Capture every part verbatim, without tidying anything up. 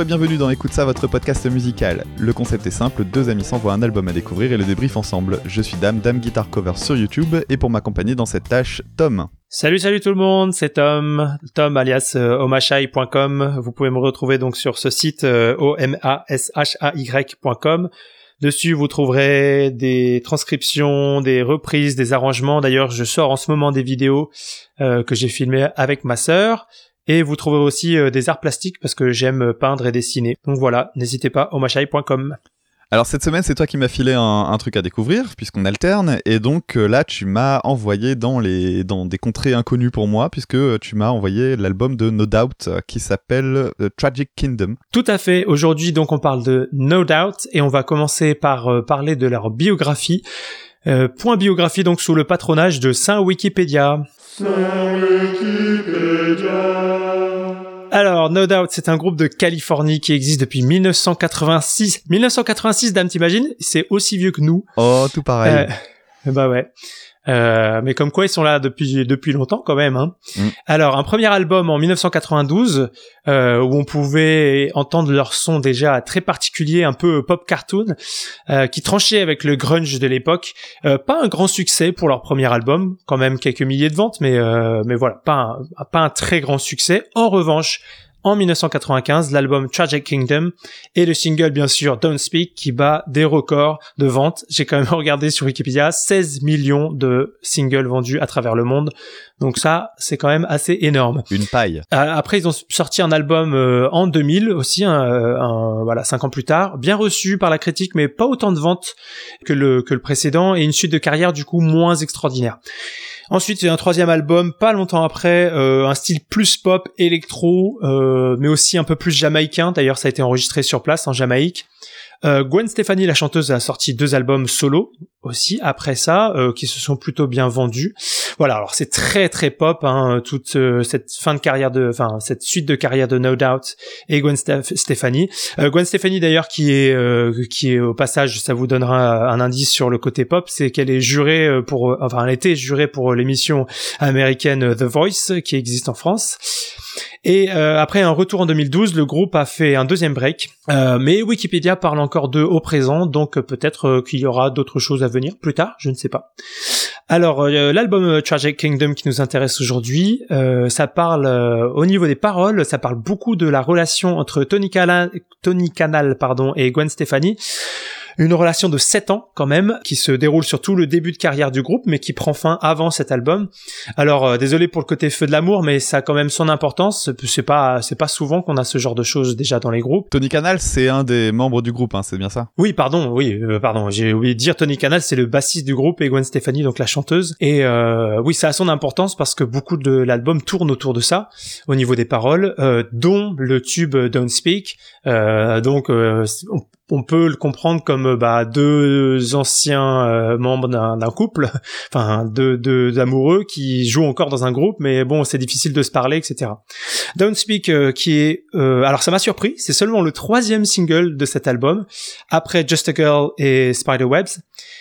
et bienvenue dans Écoute ça, votre podcast musical. Le concept est simple, deux amis s'envoient un album à découvrir et le débriefent ensemble. Je suis Dame, Dame Guitar Cover sur YouTube, et pour m'accompagner dans cette tâche, Tom. Salut, salut tout le monde, c'est Tom, Tom alias euh, omashai point com. Vous pouvez me retrouver donc sur ce site euh, o m a s h a y point com. Dessus, vous trouverez des transcriptions, des reprises, des arrangements. D'ailleurs, je sors en ce moment des vidéos euh, que j'ai filmées avec ma sœur. Et vous trouverez aussi euh, des arts plastiques parce que j'aime peindre et dessiner. Donc voilà, n'hésitez pas, omashai point com. Alors cette semaine, c'est toi qui m'as filé un, un truc à découvrir, puisqu'on alterne, et donc euh, là, tu m'as envoyé dans, les, dans des contrées inconnues pour moi, puisque tu m'as envoyé l'album de No Doubt, euh, qui s'appelle The Tragic Kingdom. Tout à fait, aujourd'hui, donc on parle de No Doubt, et on va commencer par euh, parler de leur biographie. Euh, point biographie, donc sous le patronage de Saint Wikipédia. Saint Wikipédia. Alors, No Doubt, c'est un groupe de Californie qui existe depuis mille neuf cent quatre-vingt-six. mille neuf cent quatre-vingt-six, Dame, t'imagines ? C'est aussi vieux que nous. Oh, tout pareil. Euh, bah ouais. Euh, mais comme quoi ils sont là depuis depuis longtemps quand même. Hein. Mm. Alors, un premier album en mille neuf cent quatre-vingt-douze euh, où on pouvait entendre leur son déjà très particulier, un peu pop cartoon, euh, qui tranchait avec le grunge de l'époque. Euh, pas un grand succès pour leur premier album, quand même quelques milliers de ventes, mais euh, mais voilà, pas un, pas un très grand succès. En revanche, en mille neuf cent quatre-vingt-quinze, l'album Tragic Kingdom et le single, bien sûr, Don't Speak, qui bat des records de vente. J'ai quand même regardé sur Wikipédia, seize millions de singles vendus à travers le monde. Donc ça, c'est quand même assez énorme. Une paille. Euh, après, ils ont sorti un album euh, en deux mille aussi, un, un, voilà, cinq ans plus tard, bien reçu par la critique, mais pas autant de ventes que le, que le précédent, et une suite de carrière, du coup, moins extraordinaire. Ensuite, c'est un troisième album, pas longtemps après, euh, un style plus pop, électro, euh, mais aussi un peu plus jamaïcain. D'ailleurs, ça a été enregistré sur place en Jamaïque. Euh, Gwen Stefani, la chanteuse, a sorti deux albums solo aussi après ça, euh, qui se sont plutôt bien vendus. Voilà, alors c'est très très pop, hein, toute euh, cette fin de carrière de, enfin cette suite de carrière de No Doubt et Gwen Stef- Stefani. Euh, Gwen Stefani d'ailleurs, qui est euh, qui est au passage, ça vous donnera un indice sur le côté pop, c'est qu'elle est jurée pour, enfin elle était jurée pour l'émission américaine The Voice qui existe en France. Et euh, après un retour en deux mille douze, le groupe a fait un deuxième break, euh, mais Wikipédia parle encore d'eux au présent, donc euh, peut-être euh, qu'il y aura d'autres choses à venir plus tard, je ne sais pas. Alors euh, l'album euh, Tragic Kingdom qui nous intéresse aujourd'hui, euh, ça parle euh, au niveau des paroles, ça parle beaucoup de la relation entre Tony Canal, Tony Canal pardon, et Gwen Stefani. Une relation de sept ans quand même, qui se déroule sur tout le début de carrière du groupe, mais qui prend fin avant cet album. Alors euh, désolé pour le côté feu de l'amour, mais ça a quand même son importance. C'est pas c'est pas souvent qu'on a ce genre de choses déjà dans les groupes. Tony Canal, c'est un des membres du groupe, hein, c'est bien ça ? Oui, pardon, oui, euh, pardon, j'ai oublié de dire Tony Canal, c'est le bassiste du groupe, et Gwen Stefani, donc la chanteuse. Et euh, oui, ça a son importance parce que beaucoup de l'album tourne autour de ça, au niveau des paroles, euh, dont le tube Don't Speak. Euh, donc euh, on, on peut le comprendre comme bah deux anciens euh, membres d'un, d'un couple, enfin deux, deux amoureux qui jouent encore dans un groupe, mais bon, c'est difficile de se parler, et cetera. Don't Speak, euh, qui est, euh, alors ça m'a surpris, c'est seulement le troisième single de cet album, après Just a Girl et Spiderwebs.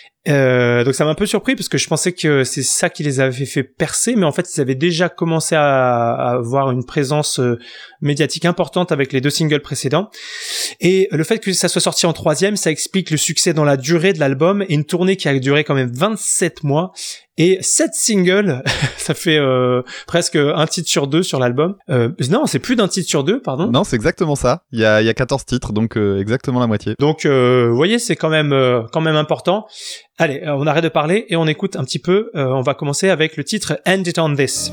Euh, donc ça m'a un peu surpris parce que je pensais que c'est ça qui les avait fait percer, mais en fait ils avaient déjà commencé à, à avoir une présence euh, médiatique importante avec les deux singles précédents. Et le fait que ça soit sorti en troisième, ça explique le succès dans la durée de l'album, et une tournée qui a duré quand même vingt-sept mois et sept singles. Ça fait euh, presque un titre sur deux sur l'album. Euh, non, c'est plus d'un titre sur deux, pardon. Non, c'est exactement ça. Il y a, il y a quatorze titres, donc euh, exactement la moitié. Donc, euh, vous voyez, c'est quand même, euh, quand même important. Allez, euh, on arrête de parler et on écoute un petit peu. Euh, on va commencer avec le titre End It On This.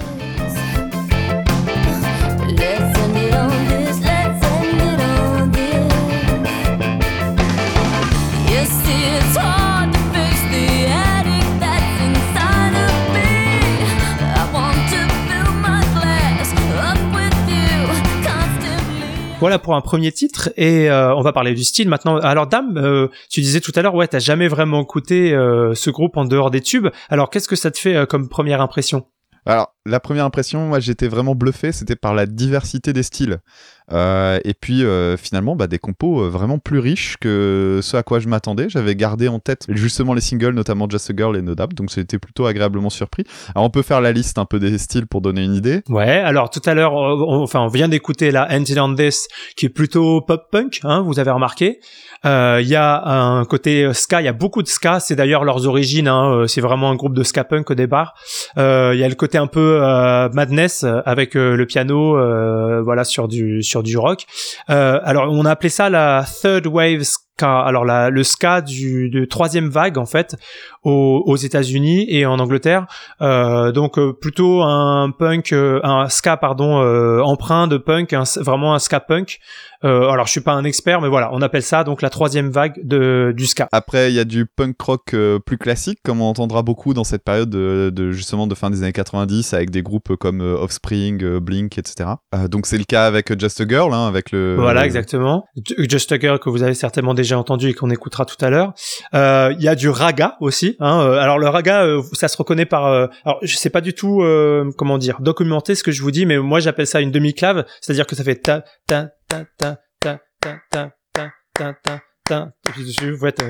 Voilà pour un premier titre, et euh, on va parler du style maintenant. Alors Dame, euh, tu disais tout à l'heure, ouais, t'as jamais vraiment écouté euh, ce groupe en dehors des tubes. Alors qu'est-ce que ça te fait euh, comme première impression ? Alors, la première impression, moi j'étais vraiment bluffé, c'était par la diversité des styles. Euh, et puis euh, finalement bah, des compos euh, vraiment plus riches que ce à quoi je m'attendais. J'avais gardé en tête justement les singles, notamment Just a Girl et No Doubt, donc c'était plutôt agréablement surpris. Alors on peut faire la liste un peu des styles pour donner une idée. Ouais, alors tout à l'heure, on, enfin on vient d'écouter la Ended on This qui est plutôt pop-punk, hein, vous avez remarqué. Il euh, y a un côté ska, il y a beaucoup de ska, c'est d'ailleurs leurs origines, hein, c'est vraiment un groupe de ska punk au départ. Il euh, y a le côté un peu euh, madness avec euh, le piano, euh, voilà, sur du sur du rock. Euh, alors on a appelé ça la third wave ska. Alors la, le ska du de troisième vague en fait aux, aux États-Unis et en Angleterre. Euh, donc euh, plutôt un punk, euh, un ska pardon euh, empreint de punk, un, vraiment un ska punk. Euh, alors je suis pas un expert, mais voilà, on appelle ça donc la troisième vague de du ska. Après il y a du punk rock euh, plus classique, comme on entendra beaucoup dans cette période de, de justement de fin des années quatre-vingt-dix, avec des groupes comme euh, Offspring, euh, Blink, et cetera. Euh, donc c'est le cas avec Just a Girl, hein, avec le. Voilà, exactement. Just a Girl que vous avez certainement déjà entendu et qu'on écoutera tout à l'heure. Il euh, y a du raga aussi. Hein. Alors le raga, euh, ça se reconnaît par. Euh, alors je sais pas du tout euh, comment dire documenter ce que je vous dis, mais moi j'appelle ça une demi-clave, c'est-à-dire que ça fait ta ta ta ta ta ta ta ta ta ta. Et puis dessus, vous faites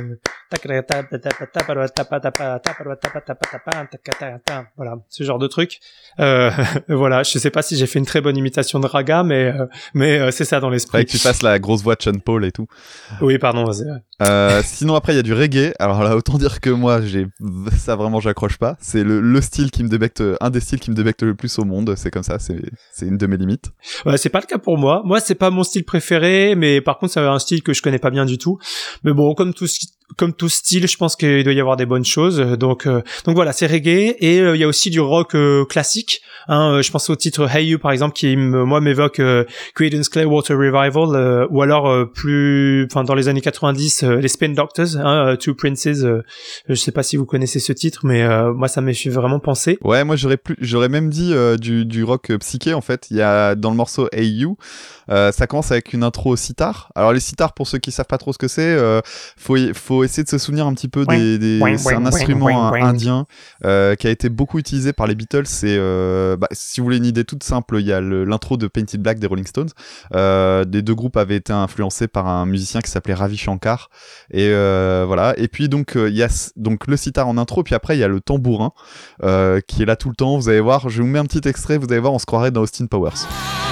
voilà, ce genre de truc. Euh, voilà, je sais pas si j'ai fait une très bonne imitation de raga, mais mais c'est ça dans l'esprit. Faudrait que tu fasses la grosse voix de Sean Paul et tout. Oui, pardon, vas-y. Euh, sinon après il y a du reggae. Alors là autant dire que moi j'ai ça vraiment j'accroche pas. C'est le, le style qui me débecte, un des styles qui me débecte le plus au monde. C'est comme ça, c'est c'est une de mes limites. Ouais, c'est pas le cas pour moi. Moi c'est pas mon style préféré, mais par contre c'est un style que je connais pas bien du tout. Mais bon, comme tout comme tout style, je pense qu'il doit y avoir des bonnes choses. Donc euh, donc voilà, c'est reggae et il euh, y a aussi du rock euh, classique. Hein, je pense au titre Hey You par exemple qui moi m'évoque euh, Creedence Clearwater Revival euh, ou alors euh, plus enfin dans les années quatre-vingt-dix euh, les Spin Doctors, hein, Two Princes. Euh, je sais pas si vous connaissez ce titre, mais euh, moi ça m'a fait vraiment penser. Ouais, moi j'aurais plus j'aurais même dit euh, du du rock psyché en fait. Il y a dans le morceau Hey You, euh, ça commence avec une intro au sitar. Alors les sitars, pour ceux qui savent pas trop ce que c'est, euh, faut faut essayer de se souvenir un petit peu des, des c'est un instrument indien euh, qui a été beaucoup utilisé par les Beatles. C'est euh, bah, si vous voulez une idée toute simple, il y a le, l'intro de Painted Black des Rolling Stones. Euh, les deux groupes avaient été influencés par un musicien qui s'appelait Ravi Shankar et euh, voilà. Et puis donc il euh, y a donc le sitar en intro, puis après il y a le tambourin euh, qui est là tout le temps. Vous allez voir, je vous mets un petit extrait, vous allez voir, on se croirait dans Austin Powers.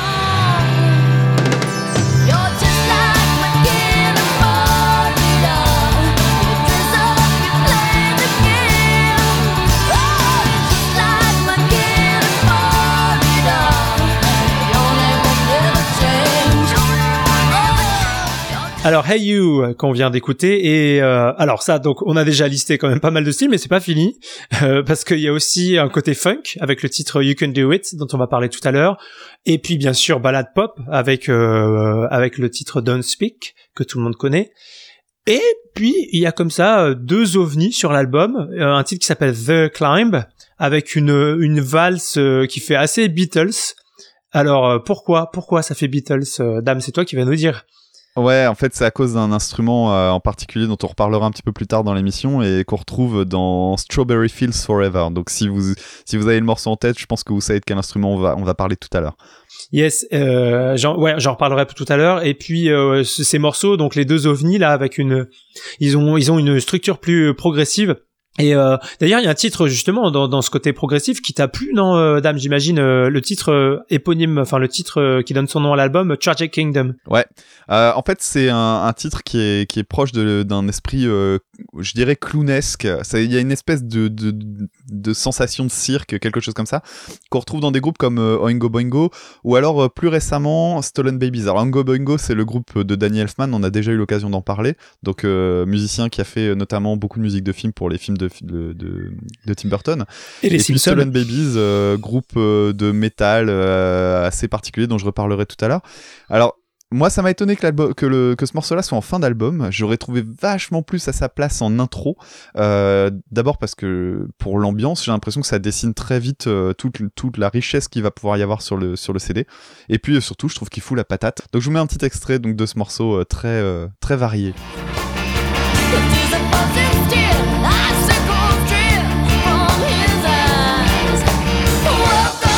Alors Hey You qu'on vient d'écouter et euh, alors ça donc on a déjà listé quand même pas mal de styles mais c'est pas fini euh, parce qu'il y a aussi un côté funk avec le titre You Can Do It dont on va parler tout à l'heure et puis bien sûr ballade pop avec euh, avec le titre Don't Speak que tout le monde connaît. Et puis il y a comme ça deux ovnis sur l'album, un titre qui s'appelle The Climb avec une une valse qui fait assez Beatles. Alors pourquoi pourquoi ça fait Beatles, Dame, c'est toi qui vas nous dire. Ouais, en fait, c'est à cause d'un instrument euh, en particulier dont on reparlera un petit peu plus tard dans l'émission et qu'on retrouve dans Strawberry Fields Forever. Donc, si vous si vous avez le morceau en tête, je pense que vous savez de quel instrument on va on va parler tout à l'heure. Yes, euh, j'en, ouais, j'en reparlerai tout à l'heure. Et puis euh, ces morceaux, donc les deux ovnis là, avec une, ils ont ils ont une structure plus progressive. Et euh, d'ailleurs, il y a un titre justement dans, dans ce côté progressif qui t'a plu, non, euh, Dame, j'imagine, euh, le titre euh, éponyme, enfin le titre euh, qui donne son nom à l'album, Tragic Kingdom. Ouais. Euh, en fait, c'est un, un titre qui est qui est proche de, d'un esprit, euh, je dirais clownesque. Il y a une espèce de, de de sensation de cirque, quelque chose comme ça, qu'on retrouve dans des groupes comme euh, Oingo Boingo ou alors euh, plus récemment Stolen Babies. Alors Oingo Boingo, c'est le groupe de Danny Elfman. On a déjà eu l'occasion d'en parler. Donc euh, musicien qui a fait notamment beaucoup de musique de films pour les films de De, de, de Tim Burton. Et les et Simpsons. Puis Stolen Babies, euh, groupe euh, de métal euh, assez particulier dont je reparlerai tout à l'heure. Alors, moi, ça m'a étonné que, l'album, que, le, que ce morceau-là soit en fin d'album. J'aurais trouvé vachement plus à sa place en intro. Euh, d'abord parce que pour l'ambiance, j'ai l'impression que ça dessine très vite euh, toute, toute la richesse qu'il va pouvoir y avoir sur le, sur le C D. Et puis surtout, je trouve qu'il fout la patate. Donc, je vous mets un petit extrait donc, de ce morceau euh, très, euh, très varié. Welcome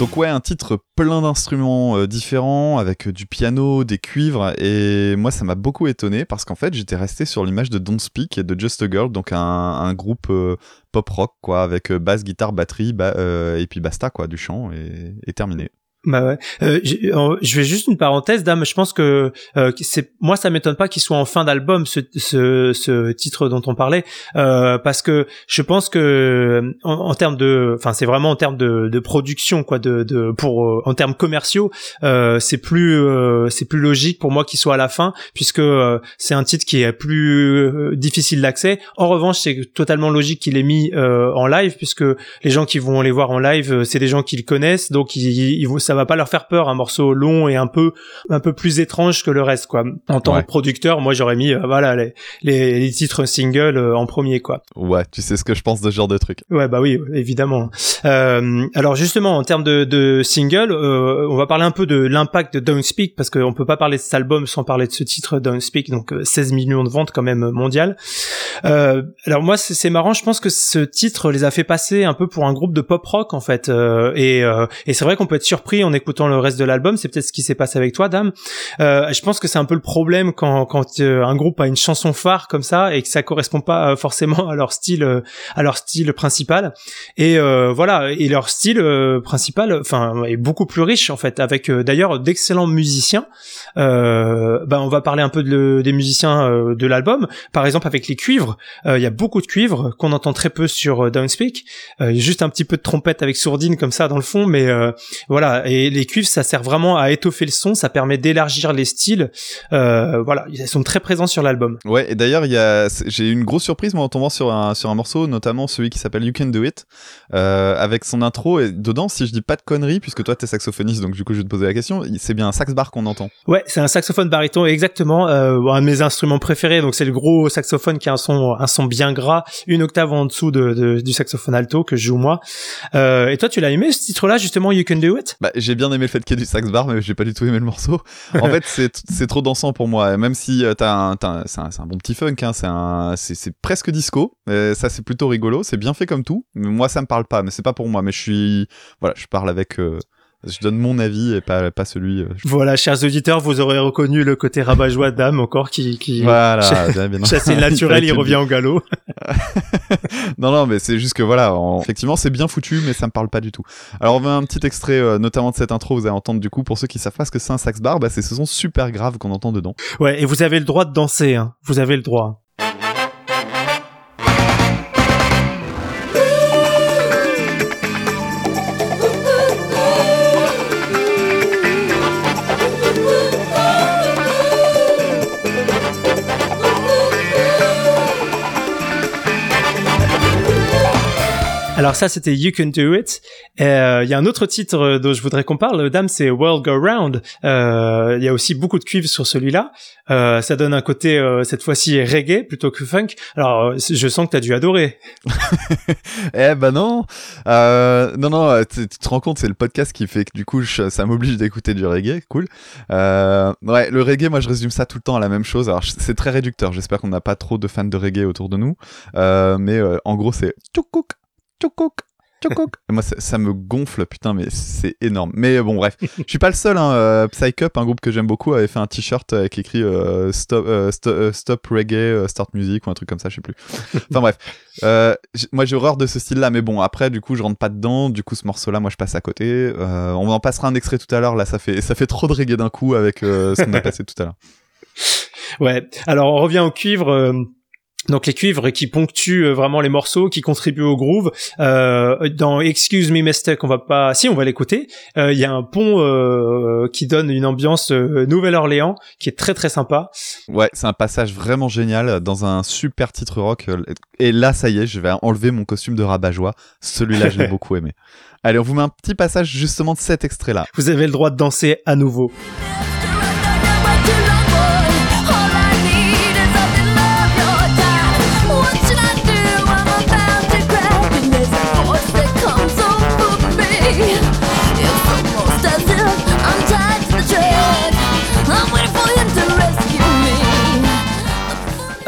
Donc ouais, un titre plein d'instruments euh, différents, avec euh, du piano, des cuivres, et moi ça m'a beaucoup étonné, parce qu'en fait j'étais resté sur l'image de Don't Speak et de Just a Girl, donc un, un groupe euh, pop-rock, quoi, avec euh, basse, guitare, batterie, ba- euh, et puis basta, quoi, du chant, et, et terminé. Bah ouais. Euh, je vais juste une parenthèse, Dame. Je pense que euh, c'est moi, ça m'étonne pas qu'il soit en fin d'album ce, ce, ce titre dont on parlait, euh, parce que je pense que en, en termes de, enfin, c'est vraiment en termes de, de production, quoi, de, de pour euh, en termes commerciaux, euh, c'est plus euh, c'est plus logique pour moi qu'il soit à la fin, puisque euh, c'est un titre qui est plus euh, difficile d'accès. En revanche, c'est totalement logique qu'il est mis euh, en live, puisque les gens qui vont les voir en live, c'est des gens qui le connaissent, donc ils, ils vont ça ça va pas leur faire peur, un morceau long et un peu un peu plus étrange que le reste, quoi. En tant ouais. que producteur, moi j'aurais mis euh, voilà les, les les titres singles euh, en premier, quoi. Ouais, tu sais ce que je pense de ce genre de truc. Ouais, bah oui, évidemment. Euh, alors justement, en termes de de single, euh, on va parler un peu de l'impact de Don't Speak, parce qu'on peut pas parler de cet album sans parler de ce titre Don't Speak, donc euh, seize millions de ventes quand même mondiales. Euh, alors moi c'est, c'est marrant, je pense que ce titre les a fait passer un peu pour un groupe de pop rock en fait, euh, et euh, et c'est vrai qu'on peut être surpris en écoutant le reste de l'album. C'est peut-être ce qui s'est passé avec toi, Dame. Euh, je pense que c'est un peu le problème quand quand euh, un groupe a une chanson phare comme ça et que ça correspond pas euh, forcément à leur style euh, à leur style principal. Et euh, voilà, et leur style euh, principal, enfin, est beaucoup plus riche en fait, avec euh, d'ailleurs d'excellents musiciens. Euh, ben on va parler un peu de le, des musiciens euh, de l'album. Par exemple, avec les cuivres, il euh, y a beaucoup de cuivres qu'on entend très peu sur euh, Don't Speak. Il euh, y a juste un petit peu de trompette avec sourdine comme ça dans le fond, mais euh, voilà. Et les cuivres, ça sert vraiment à étoffer le son, ça permet d'élargir les styles. Euh, voilà, ils sont très présents sur l'album. Ouais, et d'ailleurs, il y a, j'ai eu une grosse surprise moi en tombant sur un sur un morceau, notamment celui qui s'appelle You Can Do It, euh, avec son intro. Et dedans, si je dis pas de conneries, puisque toi t'es saxophoniste, donc du coup je vais te poser la question, c'est bien un sax bar qu'on entend. Ouais, c'est un saxophone baryton, exactement. Euh, un de mes instruments préférés, donc c'est le gros saxophone qui a un son un son bien gras, une octave en dessous de, de du saxophone alto que je joue moi. Euh, et toi, tu l'as aimé ce titre-là justement, You Can Do It? Bah, j'ai bien aimé le fait qu'il y ait du sax bar, mais j'ai pas du tout aimé le morceau. En fait, c'est c'est trop dansant pour moi. Même si euh, t'as un, t'as un, c'est un c'est un bon petit funk, hein, c'est un c'est c'est presque disco. Mais ça c'est plutôt rigolo, c'est bien fait comme tout. Mais moi ça me parle pas, mais c'est pas pour moi. Mais je suis voilà, je parle avec euh, je donne mon avis et pas pas celui. Euh, je... Voilà, chers auditeurs, vous aurez reconnu le côté rabat-joie de Dame encore qui qui voilà, ch... bien, bien. chassé naturel, il revient au galop. non non, mais c'est juste que voilà, en... effectivement c'est bien foutu, mais ça me parle pas du tout. Alors on va un petit extrait, euh, notamment de cette intro, vous allez entendre du coup pour ceux qui savent pas ce que c'est un sax bar, bah c'est ce son super grave qu'on entend dedans. Ouais, et vous avez le droit de danser, hein. Vous avez le droit. Alors ça, c'était You Can Do It. Il euh, y a un autre titre dont je voudrais qu'on parle, Dame, c'est World Go Round. Il euh, y a aussi beaucoup de cuivre sur celui-là. Euh, ça donne un côté, euh, cette fois-ci, reggae plutôt que funk. Alors, je sens que t'as dû adorer. eh ben non. Euh, non, non, tu te rends compte, c'est le podcast qui fait que du coup, je, ça m'oblige d'écouter du reggae. Cool. Euh, ouais, le reggae, moi, je résume ça tout le temps à la même chose. Alors, c'est très réducteur. J'espère qu'on n'a pas trop de fans de reggae autour de nous. Euh, mais euh, en gros, c'est tchoukouk. Tchoukouk, tchoukouk. Moi, ça, ça me gonfle, putain, mais c'est énorme. Mais bon, bref, je suis pas le seul. Hein. Euh, Psych Up, un groupe que j'aime beaucoup, avait fait un t-shirt avec écrit euh, stop, euh, stop, euh, stop Reggae, euh, Start Music ou un truc comme ça, je sais plus. Enfin bref, euh, j- moi j'ai horreur de ce style-là, mais bon, après, du coup, je rentre pas dedans. Du coup, ce morceau-là, moi, je passe à côté. Euh, on en passera un extrait tout à l'heure. Là, ça fait, ça fait trop de reggae d'un coup avec euh, ce qu'on a passé tout à l'heure. Ouais. Alors, on revient au cuivre. Euh... Donc les cuivres qui ponctuent vraiment les morceaux, qui contribuent au groove. Euh, dans Excuse Me Mister, on va pas, si on va l'écouter. Il euh, y a un pont euh, qui donne une ambiance euh, Nouvelle-Orléans qui est très très sympa. Ouais, c'est un passage vraiment génial dans un super titre rock. Et là, ça y est, je vais enlever mon costume de rabat-joie. Celui-là, je l'ai beaucoup aimé. Allez, on vous met un petit passage justement de cet extrait-là. Vous avez le droit de danser à nouveau.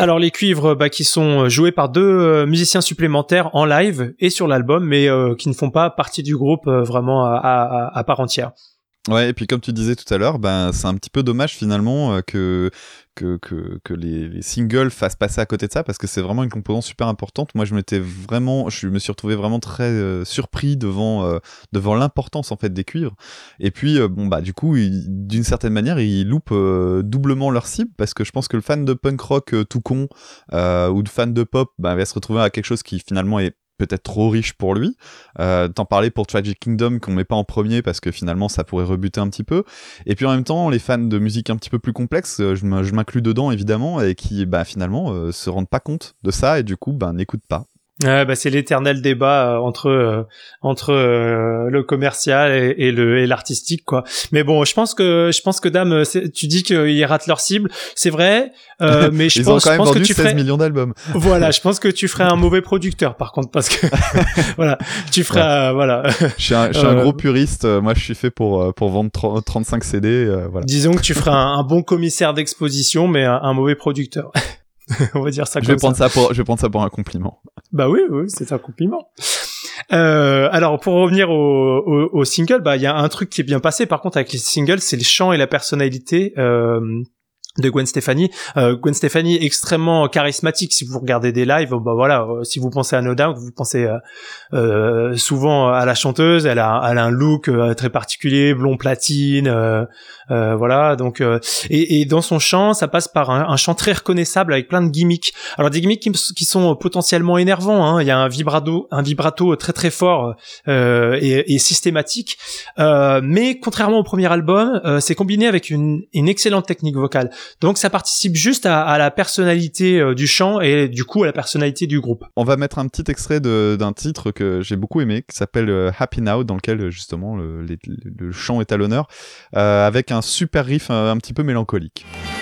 Alors les cuivres bah, qui sont joués par deux euh, musiciens supplémentaires en live et sur l'album, mais euh, qui ne font pas partie du groupe euh, vraiment à, à, à part entière. Ouais, et puis comme tu disais tout à l'heure, ben c'est un petit peu dommage finalement euh, que que que que les, les singles fassent passer à côté de ça, parce que c'est vraiment une composante super importante. Moi, je m'étais vraiment, je me suis retrouvé vraiment très euh, surpris devant euh, devant l'importance en fait des cuivres. Et puis euh, bon bah du coup, ils, d'une certaine manière, ils loupent euh, doublement leur cible, parce que je pense que le fan de punk rock euh, tout con euh, ou de fan de pop, bah, va se retrouver à quelque chose qui finalement est peut-être trop riche pour lui. Euh, t'en parlais pour Tragic Kingdom qu'on met pas en premier parce que finalement ça pourrait rebuter un petit peu. Et puis en même temps, les fans de musique un petit peu plus complexe, je m'inclus dedans évidemment, et qui bah finalement euh, se rendent pas compte de ça et du coup bah n'écoutent pas. Ouais, bah c'est l'éternel débat euh, entre euh, entre euh, le commercial et, et le et l'artistique quoi. Mais bon, je pense que je pense que Dame, tu dis qu'ils ratent leur cible, c'est vrai, euh, mais je Ils pense, ont quand même je pense vendu que tu seize ferais millions d'albums. Voilà, je pense que tu ferais un mauvais producteur par contre, parce que voilà, tu feras ouais. euh, voilà. Je suis un, je suis un euh, gros puriste, moi je suis fait pour pour vendre trente-cinq C D euh, voilà. Disons que tu feras un, un bon commissaire d'exposition mais un, un mauvais producteur. On va dire ça je comme vais prendre ça. ça pour je vais prendre ça pour un compliment. Bah oui oui, c'est un compliment. Euh, alors pour revenir au, au, au single, bah il y a un truc qui est bien passé par contre avec les singles, c'est le chant et la personnalité euh, de Gwen Stefani. Euh, Gwen Stefani extrêmement charismatique. Si vous regardez des lives, bah voilà, euh, si vous pensez à No Doubt, vous pensez euh, euh, souvent à la chanteuse. Elle a, elle a un look euh, très particulier, blond platine, euh, euh, voilà. Donc euh, et, et dans son chant, ça passe par un, un chant très reconnaissable avec plein de gimmicks. Alors des gimmicks qui, qui sont potentiellement énervants. Hein. Il y a un vibrato, un vibrato très très fort euh, et, et systématique. Euh, mais contrairement au premier album, euh, c'est combiné avec une, une excellente technique vocale. Donc ça participe juste à, à la personnalité euh, du chant et du coup à la personnalité du groupe. On va mettre un petit extrait de, d'un titre que j'ai beaucoup aimé, qui s'appelle euh, Happy Now, dans lequel justement le, le, le chant est à l'honneur, euh, avec un super riff un, un petit peu mélancolique.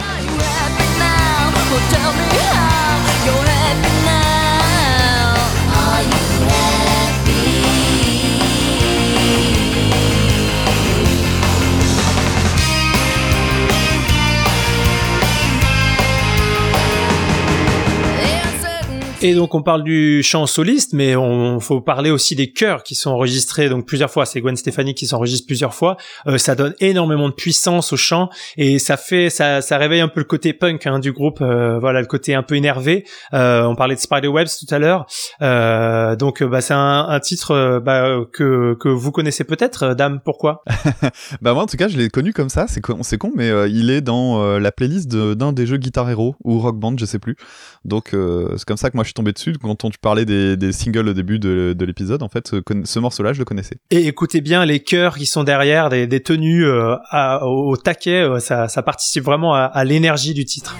Et donc on parle du chant soliste, mais on faut parler aussi des chœurs qui sont enregistrés donc plusieurs fois. C'est Gwen Stefani qui s'enregistre plusieurs fois. Euh, ça donne énormément de puissance au chant et ça fait, ça, ça réveille un peu le côté punk hein, du groupe. Euh, voilà, le côté un peu énervé. Euh, on parlait de Spiderwebs tout à l'heure. Euh, donc bah c'est un, un titre bah, que que vous connaissez peut-être, Dame. Pourquoi? Bah moi en tout cas je l'ai connu comme ça. C'est con, c'est con, mais euh, il est dans euh, la playlist de, d'un des jeux Guitar Hero ou Rock Band, je sais plus. Donc euh, c'est comme ça que moi je suis tombé dessus quand tu parlais des, des singles au début de, de l'épisode. En fait, ce, ce morceau-là, je le connaissais. Et écoutez bien les chœurs qui sont derrière, des, des tenues euh, à, au taquet, euh, ça, ça participe vraiment à, à l'énergie du titre.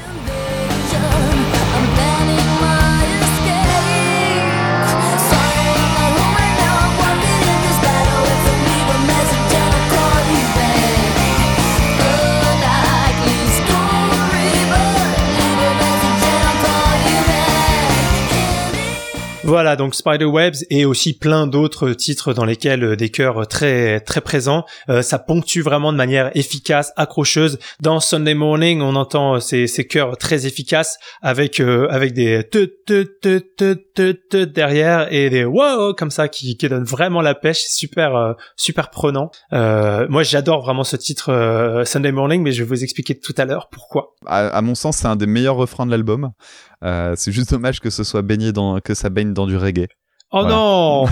Voilà, donc Spiderwebs et aussi plein d'autres titres dans lesquels des chœurs très très présents. Euh, ça ponctue vraiment de manière efficace, accrocheuse. Dans Sunday Morning, on entend ces, ces chœurs très efficaces avec euh, avec des te te te te te te derrière et des wow comme ça qui qui donnent vraiment la pêche. Super euh, super prenant. Euh, moi, j'adore vraiment ce titre euh, Sunday Morning, mais je vais vous expliquer tout à l'heure pourquoi. À, à mon sens, c'est un des meilleurs refrains de l'album. Euh, c'est juste dommage que ce soit baigné dans, que ça baigne dans du reggae. Oh voilà. Non.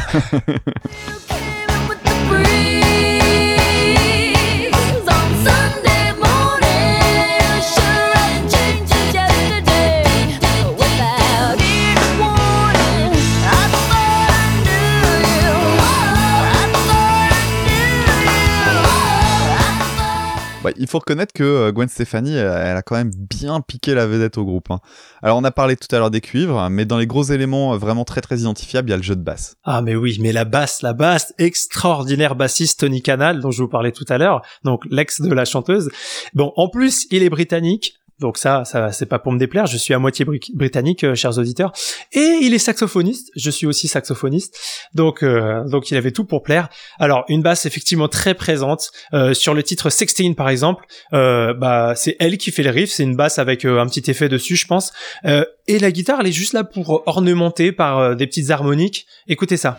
Ouais, il faut reconnaître que Gwen Stefani, elle, elle a quand même bien piqué la vedette au groupe. Hein. Alors on a parlé tout à l'heure des cuivres, mais dans les gros éléments vraiment très très identifiables, il y a le jeu de basse. Ah mais oui, mais la basse, la basse, extraordinaire bassiste Tony Canal, dont je vous parlais tout à l'heure, donc l'ex de la chanteuse. Bon, en plus, il est britannique. Donc ça, ça c'est pas pour me déplaire, je suis à moitié bri- britannique, euh, chers auditeurs. Et il est saxophoniste, je suis aussi saxophoniste. Donc euh, donc il avait tout pour plaire. Alors une basse effectivement très présente euh, sur le titre seize par exemple, euh, bah c'est elle qui fait le riff, c'est une basse avec euh, un petit effet dessus, je pense. Euh, et la guitare, elle est juste là pour ornementer par euh, des petites harmoniques. Écoutez ça.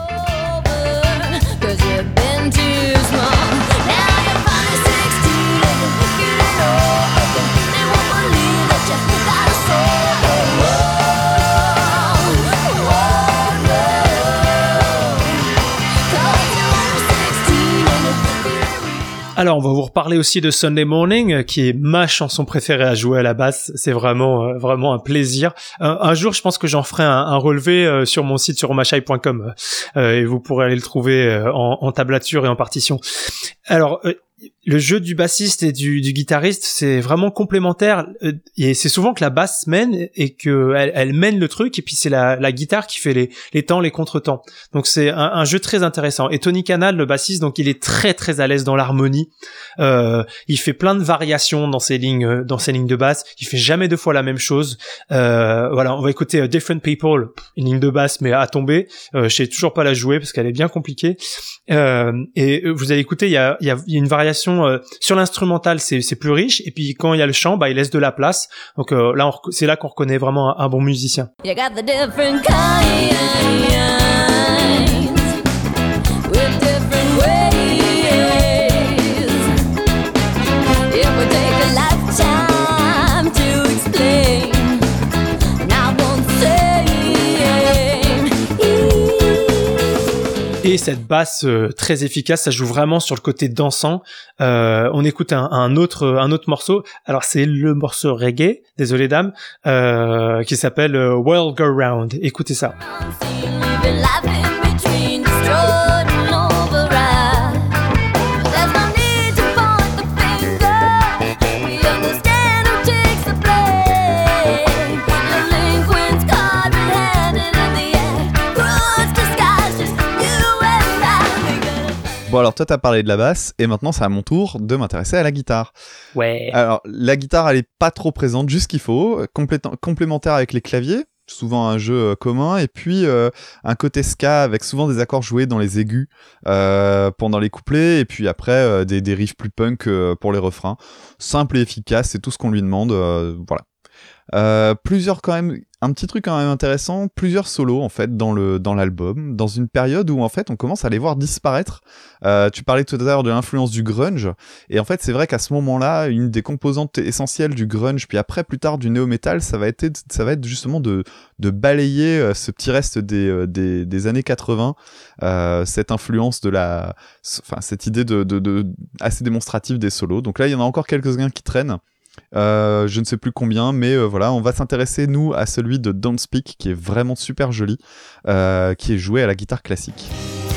Alors, on va vous reparler aussi de Sunday Morning, qui est ma chanson préférée à jouer à la basse. C'est vraiment, euh, vraiment un plaisir. Un, un jour, je pense que j'en ferai un, un relevé euh, sur mon site sur romachai point com euh, et vous pourrez aller le trouver euh, en, en tablature et en partition. Alors, euh, le jeu du bassiste et du, du guitariste, c'est vraiment complémentaire, et c'est souvent que la basse mène et que elle, elle mène le truc, et puis c'est la, la guitare qui fait les, les temps, les contretemps. Donc c'est un, un jeu très intéressant. Et Tony Kanal, le bassiste, donc il est très très à l'aise dans l'harmonie. Euh, il fait plein de variations dans ses lignes, dans ses lignes de basse. Il fait jamais deux fois la même chose. Euh, voilà, on va écouter uh, Different People, une ligne de basse mais à tomber. Euh, je sais toujours pas la jouer parce qu'elle est bien compliquée. Euh, et vous allez écouter, il y a, il y a une variation euh, sur l'instrumental, c'est, c'est plus riche, et puis quand il y a le chant, bah il laisse de la place. Donc euh, là, on, c'est là qu'on reconnaît vraiment un, un bon musicien. You got the different kinds, with different ways. It would take a lifetime to explain. Et cette basse euh, très efficace, ça joue vraiment sur le côté dansant. Euh, on écoute un, un autre un autre morceau. Alors c'est le morceau reggae, désolé dame, euh, qui s'appelle euh, World Go Round. Écoutez ça. Bon alors toi t'as parlé de la basse et maintenant c'est à mon tour de m'intéresser à la guitare. Ouais. Alors la guitare elle est pas trop présente, juste qu'il faut, complé- complémentaire avec les claviers, souvent un jeu euh, commun, et puis euh, un côté ska avec souvent des accords joués dans les aigus euh, pendant les couplets, et puis après euh, des, des riffs plus punk euh, pour les refrains. Simple et efficace, c'est tout ce qu'on lui demande, euh, voilà. Euh, plusieurs quand même, un petit truc quand même intéressant, plusieurs solos en fait dans le dans l'album, dans une période où en fait on commence à les voir disparaître. Euh, tu parlais tout à l'heure de l'influence du grunge, et en fait c'est vrai qu'à ce moment-là, une des composantes essentielles du grunge, puis après plus tard du néo-metal, ça va être ça va être justement de de balayer euh, ce petit reste des euh, des, des années quatre-vingts, euh, cette influence de la, enfin cette idée de, de de assez démonstrative des solos. Donc là il y en a encore quelques-uns qui traînent. Euh, je ne sais plus combien, mais euh, voilà, on va s'intéresser nous à celui de Don't Speak qui est vraiment super joli, euh, qui est joué à la guitare classique.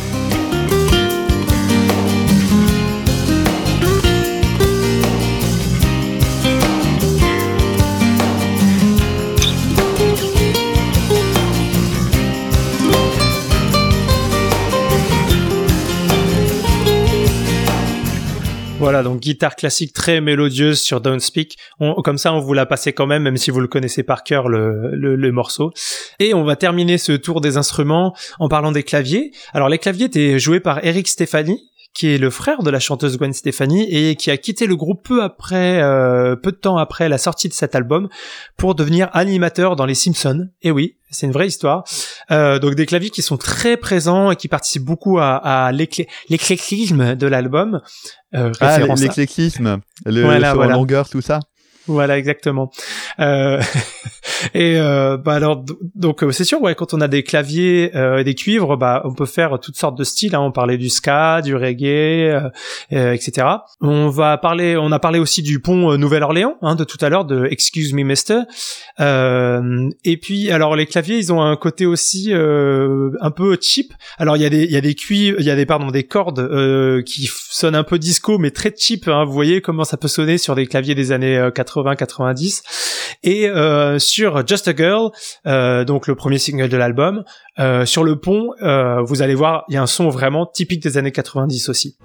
Voilà, donc guitare classique très mélodieuse sur Don't Speak. On, comme ça, on vous l'a passé quand même, même si vous le connaissez par cœur, le, le, le morceau. Et on va terminer ce tour des instruments en parlant des claviers. Alors, les claviers étaient joués par Eric Stefani, qui est le frère de la chanteuse Gwen Stefani et qui a quitté le groupe peu après, euh, peu de temps après la sortie de cet album pour devenir animateur dans les Simpsons. Et oui, c'est une vraie histoire. Euh, donc des claviers qui sont très présents et qui participent beaucoup à, à l'éclé- l'éclectisme de l'album. Euh, ah, l'éclectisme, le voilà, sur voilà. la longueur, tout ça. Voilà, exactement. Euh, et euh, bah alors donc c'est sûr, ouais, quand on a des claviers euh, et des cuivres, bah on peut faire toutes sortes de styles. Hein. On parlait du ska, du reggae, euh, euh, et cetera. On va parler, on a parlé aussi du pont euh, Nouvelle-Orléans hein, de tout à l'heure, de Excuse Me Mister. Euh, et puis alors les claviers, ils ont un côté aussi euh, un peu cheap. Alors il y a des il y a des cuivres, il y a des pardon des cordes euh, qui sonnent un peu disco mais très cheap. Hein. Vous voyez comment ça peut sonner sur des claviers des années euh, quatre-vingts quatre-vingt-dix. Et euh, sur Just a Girl, euh, donc le premier single de l'album, euh, sur le pont, euh, vous allez voir, il y a un son vraiment typique des années quatre-vingt-dix aussi.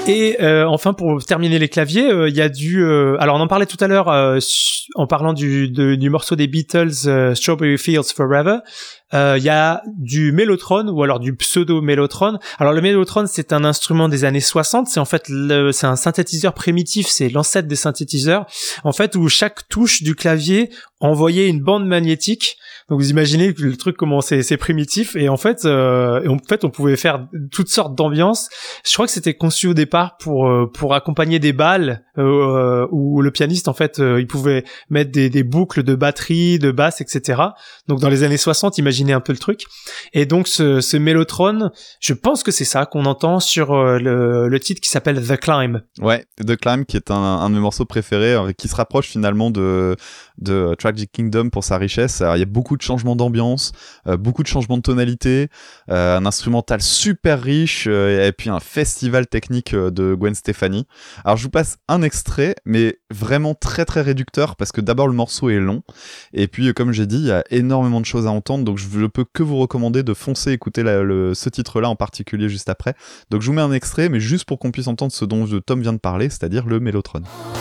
Et euh, enfin, pour terminer les claviers, il euh, y a du... Euh, alors, on en parlait tout à l'heure euh, en parlant du, de, du morceau des Beatles, euh, Strawberry Fields Forever. Il euh, y a du Mellotron ou alors du pseudo-Mellotron. Alors le Mellotron, c'est un instrument des années soixante, c'est en fait le, c'est un synthétiseur primitif, c'est l'ancêtre des synthétiseurs, en fait où chaque touche du clavier envoyait une bande magnétique. Donc vous imaginez le truc comment c'est, c'est primitif et en fait, euh, et en fait on pouvait faire toutes sortes d'ambiances. Je crois que c'était conçu au départ pour euh, pour accompagner des balles euh, où le pianiste en fait euh, il pouvait mettre des, des boucles de batterie, de basse, et cetera. Donc dans les années soixante, imaginez un peu le truc. Et donc ce, ce Mellotron, je pense que c'est ça qu'on entend sur euh, le, le titre qui s'appelle The Climb. Ouais, The Climb qui est un, un de mes morceaux préférés, euh, qui se rapproche finalement de de Tragic Kingdom pour sa richesse. Alors, il y a beaucoup de changements d'ambiance, euh, beaucoup de changements de tonalité, euh, un instrumental super riche euh, et puis un festival technique euh, de Gwen Stefani. Alors je vous passe un extrait, mais vraiment très très réducteur parce que d'abord le morceau est long et puis euh, comme j'ai dit, il y a énormément de choses à entendre, donc je ne peux que vous recommander de foncer écouter la, le, ce titre-là en particulier juste après. Donc je vous mets un extrait, mais juste pour qu'on puisse entendre ce dont Tom vient de parler, c'est-à-dire le Mellotron.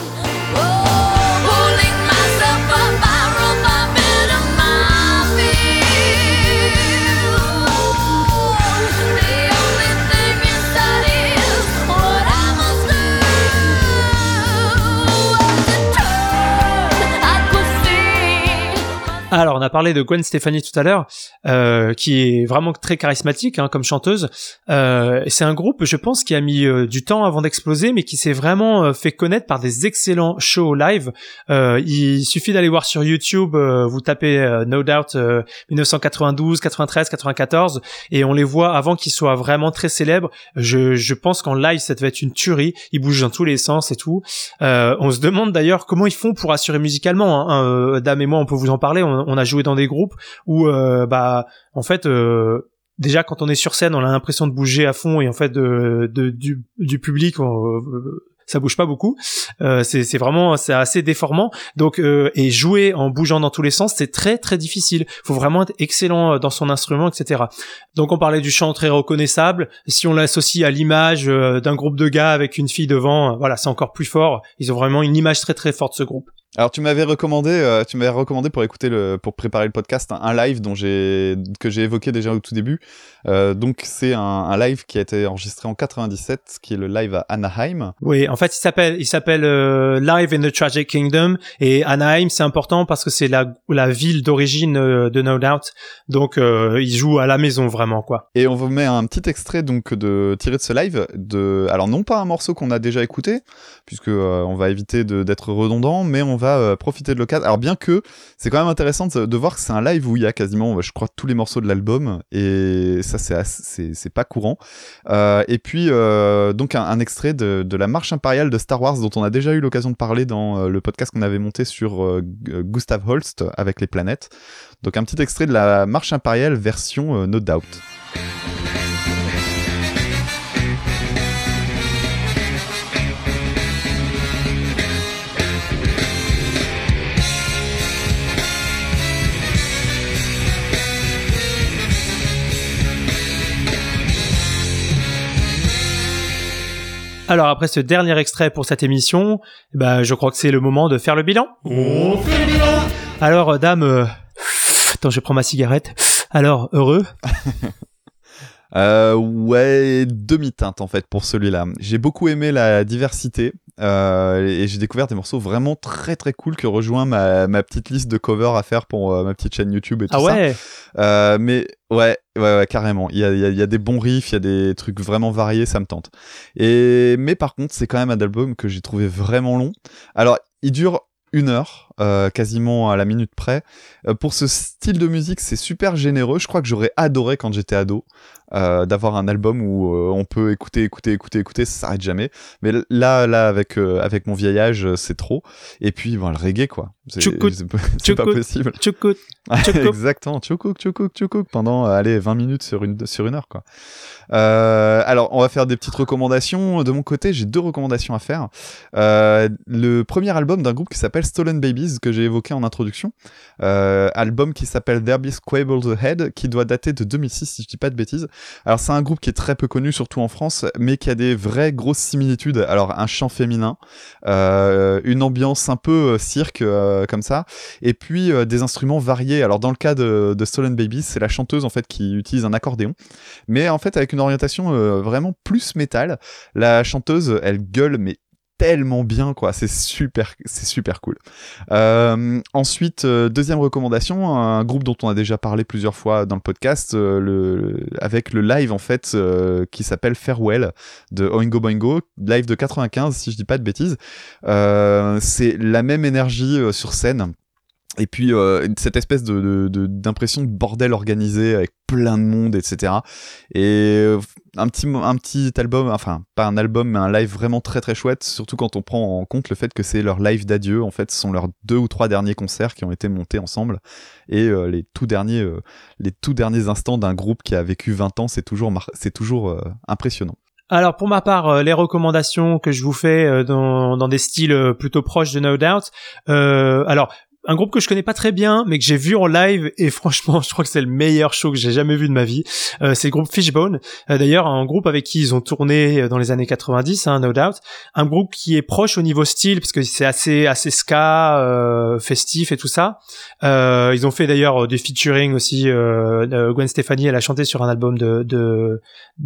Alors, on a parlé de Gwen Stefani tout à l'heure, euh, qui est vraiment très charismatique hein, comme chanteuse. Euh, c'est un groupe, je pense, qui a mis euh, du temps avant d'exploser, mais qui s'est vraiment euh, fait connaître par des excellents shows live. Euh, il suffit d'aller voir sur YouTube, euh, vous tapez euh, No Doubt euh, dix-neuf cent quatre-vingt-douze, quatre-vingt-treize, quatre-vingt-quatorze, et on les voit avant qu'ils soient vraiment très célèbres. Je, je pense qu'en live, ça devait être une tuerie. Ils bougent dans tous les sens et tout. Euh, on se demande d'ailleurs comment ils font pour assurer musicalement. Hein. Euh, Dame et moi, on peut vous en parler. On, on a joué dans des groupes où euh, bah en fait euh, déjà quand on est sur scène on a l'impression de bouger à fond et en fait de, de du, du public on, euh, ça bouge pas beaucoup, euh, c'est c'est vraiment c'est assez déformant. Donc euh, et jouer en bougeant dans tous les sens, c'est très très difficile. Faut vraiment être excellent dans son instrument, et cetera. Donc on parlait du chant très reconnaissable. Si on l'associe à l'image euh, d'un groupe de gars avec une fille devant, euh, voilà, c'est encore plus fort. Ils ont vraiment une image très très forte ce groupe. Alors tu m'avais recommandé, euh, tu m'avais recommandé pour écouter le, pour préparer le podcast un, un live dont j'ai que j'ai évoqué déjà au tout début. Euh, donc c'est un, un live qui a été enregistré en quatre-vingt-dix-sept, qui est le live à Anaheim. Oui, en fait il s'appelle il s'appelle euh, Live in the Tragic Kingdom et Anaheim c'est important parce que c'est la la ville d'origine euh, de No Doubt. Donc euh, ils jouent à la maison vraiment quoi. Et on vous met un petit extrait donc de tiré de ce live de alors non pas un morceau qu'on a déjà écouté puisque euh, on va éviter de, d'être redondant, mais on va va euh, profiter de l'occasion. Alors bien que c'est quand même intéressant de, de voir que c'est un live où il y a quasiment, je crois, tous les morceaux de l'album et ça c'est assez, c'est, c'est pas courant. Euh, et puis euh, donc un, un extrait de, de la marche impériale de Star Wars dont on a déjà eu l'occasion de parler dans euh, le podcast qu'on avait monté sur euh, Gustav Holst avec les planètes. Donc un petit extrait de la marche impériale version euh, No Doubt. Alors après ce dernier extrait pour cette émission, bah, je crois que c'est le moment de faire le bilan. On fait le bilan. Alors dame, euh... attends je prends ma cigarette. Alors heureux? Euh, ouais, demi-teinte en fait pour celui-là. J'ai beaucoup aimé la diversité euh, et j'ai découvert des morceaux vraiment très très cool que rejoint ma, ma petite liste de covers à faire pour euh, ma petite chaîne YouTube et tout ah ouais. ça. Euh, mais ouais, ouais, ouais, carrément. Il y a, il y a, il y a des bons riffs, il y a des trucs vraiment variés, ça me tente. Et mais par contre, c'est quand même un album que j'ai trouvé vraiment long. Alors, il dure une heure, euh, quasiment à la minute près. Euh, pour ce style de musique, c'est super généreux. Je crois que j'aurais adoré quand j'étais ado euh, d'avoir un album où euh, on peut écouter, écouter, écouter, écouter, ça s'arrête jamais. Mais là, là, avec euh, avec mon vieil âge, c'est trop. Et puis, bon, le reggae, quoi. C'est, tchoukout, c'est, pas, c'est pas possible. Tchoukout, tchoukout. Exactement, tchoukouk, tchoukouk, tchoukouk, pendant, euh, allez, vingt minutes sur une, sur une heure, quoi. Euh, alors, on va faire des petites recommandations. De mon côté, j'ai deux recommandations à faire. Euh, le premier album d'un groupe qui s'appelle Stolen Babies, Babies que j'ai évoqué en introduction, euh, album qui s'appelle There Be Squabbles Ahead, qui doit dater de deux mille six si je dis pas de bêtises. Alors c'est un groupe qui est très peu connu, surtout en France, mais qui a des vraies grosses similitudes. Alors un chant féminin, euh, une ambiance un peu euh, cirque euh, comme ça, et puis euh, des instruments variés. Alors dans le cas de, de Stolen Babies, c'est la chanteuse en fait qui utilise un accordéon, mais en fait avec une orientation euh, vraiment plus métal. La chanteuse, elle gueule mais tellement bien quoi, c'est super, c'est super cool. Euh, ensuite, euh, deuxième recommandation, un groupe dont on a déjà parlé plusieurs fois dans le podcast, euh, le, avec le live en fait euh, qui s'appelle Farewell de Oingo Boingo, live de quatre-vingt-quinze si je dis pas de bêtises. Euh, c'est la même énergie euh, sur scène. Et puis euh, cette espèce de, de, de d'impression de bordel organisé avec plein de monde, et cetera. Et euh, un petit un petit album, enfin pas un album mais un live vraiment très très chouette, surtout quand on prend en compte le fait que c'est leur live d'adieu. En fait, ce sont leurs deux ou trois derniers concerts qui ont été montés ensemble, et euh, les tout derniers euh, les tout derniers instants d'un groupe qui a vécu vingt ans, c'est toujours mar- c'est toujours euh, impressionnant. Alors pour ma part, euh, les recommandations que je vous fais euh, dans dans des styles euh, plutôt proches de No Doubt. Euh, alors un groupe que je connais pas très bien, mais que j'ai vu en live, et franchement, je crois que c'est le meilleur show que j'ai jamais vu de ma vie. Euh, c'est le groupe Fishbone. Euh, d'ailleurs, un groupe avec qui ils ont tourné dans les années quatre-vingt-dix, hein, no doubt. Un groupe qui est proche au niveau style, parce que c'est assez, assez ska, euh, festif et tout ça. Euh, ils ont fait d'ailleurs des featuring aussi. Euh, Gwen Stefani, elle a chanté sur un album de, de,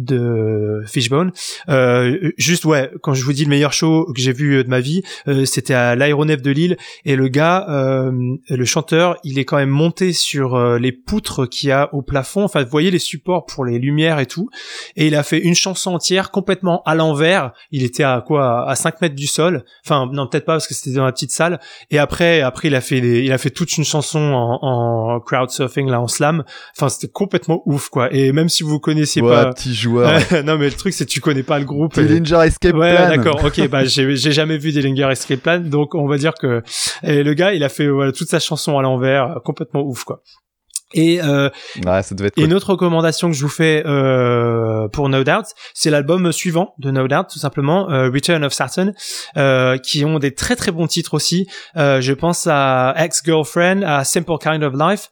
de Fishbone. Euh, juste, ouais, quand je vous dis le meilleur show que j'ai vu de ma vie, euh, c'était à l'Aéronef de Lille, et le gars, euh, le chanteur, il est quand même monté sur euh, les poutres qu'il y a au plafond, enfin vous voyez les supports pour les lumières et tout, et il a fait une chanson entière complètement à l'envers. Il était à quoi, à cinq mètres du sol, enfin non peut-être pas parce que c'était dans la petite salle, et après après il a fait des, il a fait toute une chanson en, en crowd surfing là, en slam. Enfin c'était complètement ouf quoi, et même si vous connaissiez ouais, pas petit joueur. non mais le truc c'est que tu connais pas le groupe. Dillinger Escape Plan. Ouais d'accord, ok, bah j'ai j'ai jamais vu Dillinger Escape Plan, donc on va dire que et le gars il a fait voilà, toute sa chanson à l'envers, complètement ouf quoi. Et euh, ouais, ça devait être cool. Et une autre recommandation que je vous fais euh, pour No Doubt, c'est l'album suivant de No Doubt, tout simplement, euh, Return of Saturn, euh, qui ont des très très bons titres aussi. Euh, je pense à Ex-Girlfriend, à Simple Kind of Life.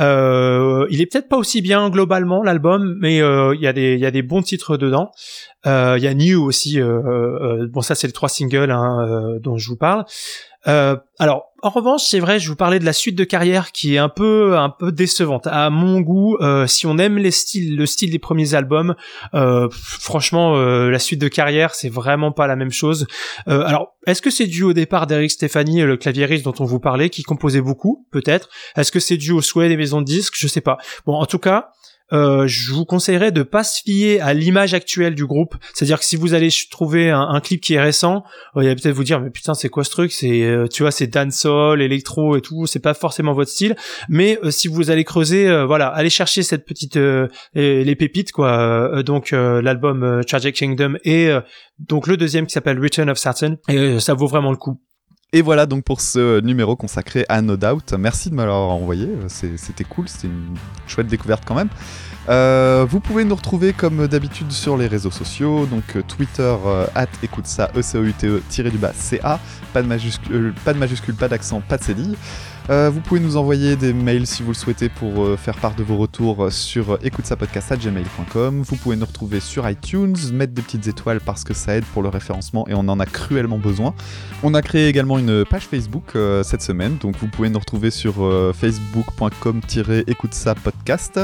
Euh, il est peut-être pas aussi bien globalement l'album, mais euh, il y a des il y a des bons titres dedans. Il euh, y a New aussi. Euh, euh, bon ça c'est les trois singles hein, euh, dont je vous parle. Euh, alors, en revanche, c'est vrai, je vous parlais de la suite de carrière qui est un peu, un peu décevante. À mon goût, euh, si on aime les styles, le style des premiers albums, euh, franchement, euh, la suite de carrière, c'est vraiment pas la même chose. Euh, alors, est-ce que c'est dû au départ d'Eric Stefani, le claviériste dont on vous parlait, qui composait beaucoup, peut-être? Est-ce que c'est dû au souhait des maisons de disques? Je sais pas. Bon, en tout cas, Euh, je vous conseillerais de pas se fier à l'image actuelle du groupe. C'est-à-dire que si vous allez trouver un, un clip qui est récent, euh, il va peut-être vous dire mais putain c'est quoi ce truc, c'est euh, tu vois c'est dancehall, électro et tout, c'est pas forcément votre style. Mais euh, si vous allez creuser, euh, voilà, allez chercher cette petite euh, les, les pépites quoi. Euh, donc euh, l'album euh, Tragic Kingdom et euh, donc le deuxième qui s'appelle Return of Saturn, et euh, ça vaut vraiment le coup. Et voilà donc pour ce numéro consacré à No Doubt. Merci de me l'avoir envoyé, c'est, c'était cool, c'était une chouette découverte quand même. Euh, vous pouvez nous retrouver comme d'habitude sur les réseaux sociaux, donc euh, Twitter, euh, at écoute ça, E C O U T E, tiré du bas, C A, pas de majuscule, euh, pas de majuscule, pas d'accent, pas de cédille. Euh, vous pouvez nous envoyer des mails si vous le souhaitez pour euh, faire part de vos retours sur écoute ça podcast arobase gmail point com. Vous pouvez nous retrouver sur iTunes, mettre des petites étoiles parce que ça aide pour le référencement et on en a cruellement besoin. On a créé également une page Facebook euh, cette semaine, donc vous pouvez nous retrouver sur euh, facebook point com tiret écoute ça podcast.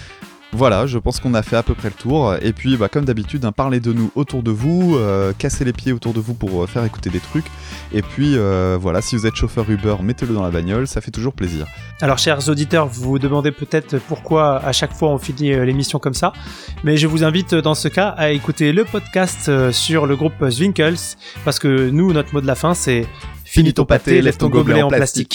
Voilà, je pense qu'on a fait à peu près le tour. Et puis, bah, comme d'habitude, hein, parlez de nous autour de vous, euh, cassez les pieds autour de vous pour euh, faire écouter des trucs. Et puis, euh, voilà, si vous êtes chauffeur Uber, mettez-le dans la bagnole, ça fait toujours plaisir. Alors, chers auditeurs, vous vous demandez peut-être pourquoi à chaque fois on finit l'émission comme ça. Mais je vous invite dans ce cas à écouter le podcast sur le groupe Zwinkels. Parce que nous, notre mot de la fin, c'est « Finis ton pâté, lève ton gobelet en plastique ».